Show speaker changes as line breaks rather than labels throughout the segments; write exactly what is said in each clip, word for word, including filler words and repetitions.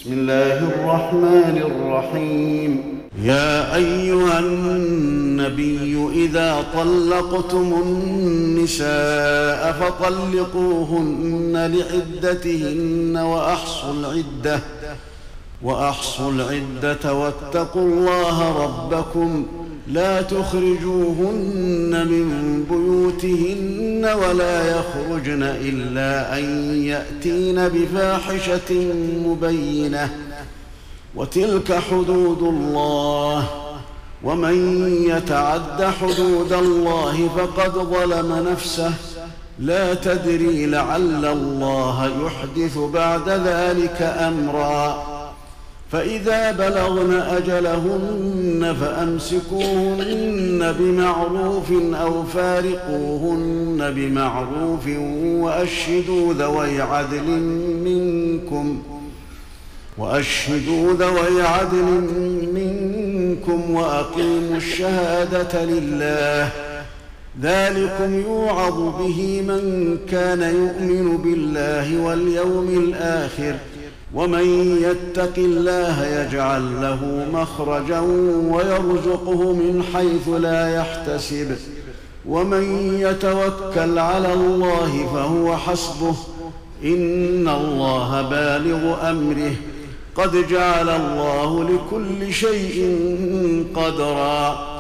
بسم الله الرحمن الرحيم. يا أيها النبي إذا طلقتم النساء فطلقوهن لعدتهن وأحصوا العدة وأحصوا العدة واتقوا الله ربكم لا تخرجوهن من بيوتهن ولا يخرجن إلا أن يأتين بفاحشة مبينة وتلك حدود الله ومن يتعد حدود الله فقد ظلم نفسه لا تدري لعل الله يحدث بعد ذلك أمرا. فإذا بلغن أجلهن فأمسكوهن بمعروف أو فارقوهن بمعروف وأشهدوا ذوي عدل منكم وأشهدوا ذوي عدل منكم وأقيموا الشهادة لله ذلكم يوعظ به من كان يؤمن بالله واليوم الآخر ومن يتق الله يجعل له مخرجا ويرزقه من حيث لا يحتسب ومن يتوكل على الله فهو حسبه إن الله بالغ أمره قد جعل الله لكل شيء قدرا.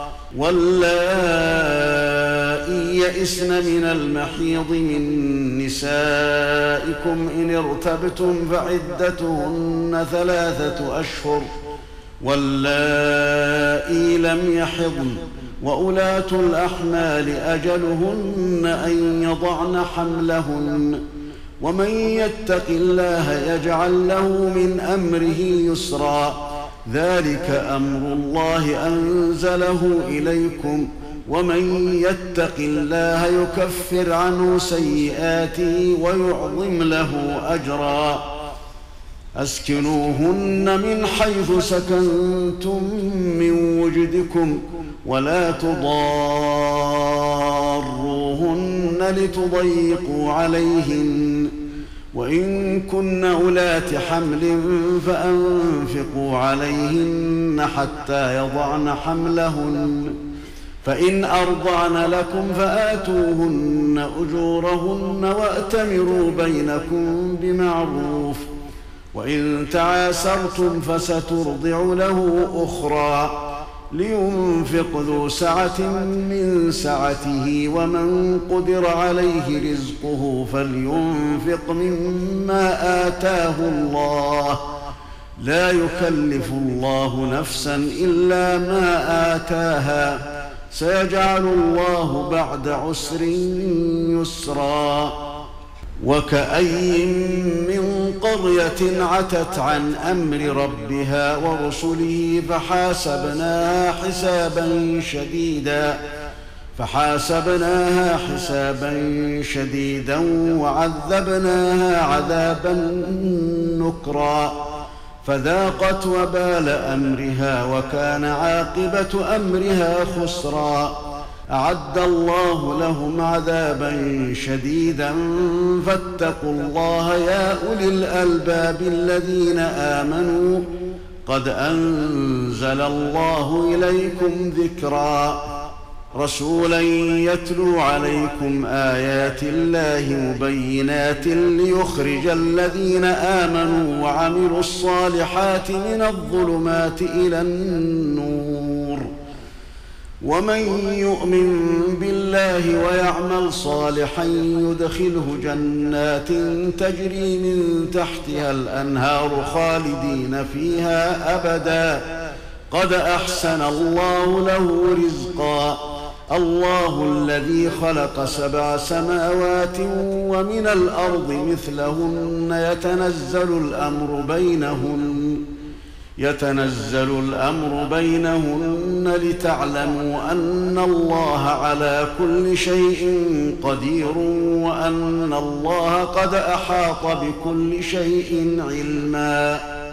واللائي يئسن من المحيض من نسائكم إن ارتبتم فعدتهن ثلاثة أشهر واللائي لم يحضن وأولاة الأحمال أجلهن أن يضعن حملهن ومن يتق الله يجعل له من أمره يسرا ذلك أمر الله أنزله إليكم ومن يتق الله يكفر عنه سيئاته ويعظم له أجرا. أسكنوهن من حيث سكنتم من وجدكم ولا تضاروهن لتضيقوا عليهن وإن كن أولات حمل فأنفقوا عليهن حتى يضعن حملهن فإن أرضعن لكم فآتوهن أجورهن وأتمروا بينكم بمعروف وإن تعاسرتم فسترضع له أخرى لينفق ذو سعة من سعته ومن قدر عليه رزقه فلينفق مما آتاه الله لا يكلف الله نفسا إلا ما آتاها سيجعل الله بعد عسر يسرا. وكأي من قرية عتت عن أمر ربها ورسله فحاسبناها حسابا شديدا فحاسبناها حسابا شديدا وعذبناها عذابا نكرا فذاقت وبال أمرها وكان عاقبة أمرها خسرا. أعد الله لهم عذابا شديدا فاتقوا الله يا أولي الألباب الذين آمنوا قد أنزل الله إليكم ذكرا رسولا يتلو عليكم آيات الله مبينات ليخرج الذين آمنوا وعملوا الصالحات من الظلمات إلى النور ومن يؤمن بالله ويعمل صالحا يدخله جنات تجري من تحتها الأنهار خالدين فيها أبدا قد أحسن الله له رزقا. الله الذي خلق سبع سماوات ومن الأرض مثلهن يتنزل الأمر بينهن يتنزل الأمر بينهن لتعلموا أن الله على كل شيء قدير وأن الله قد أحاط بكل شيء علما.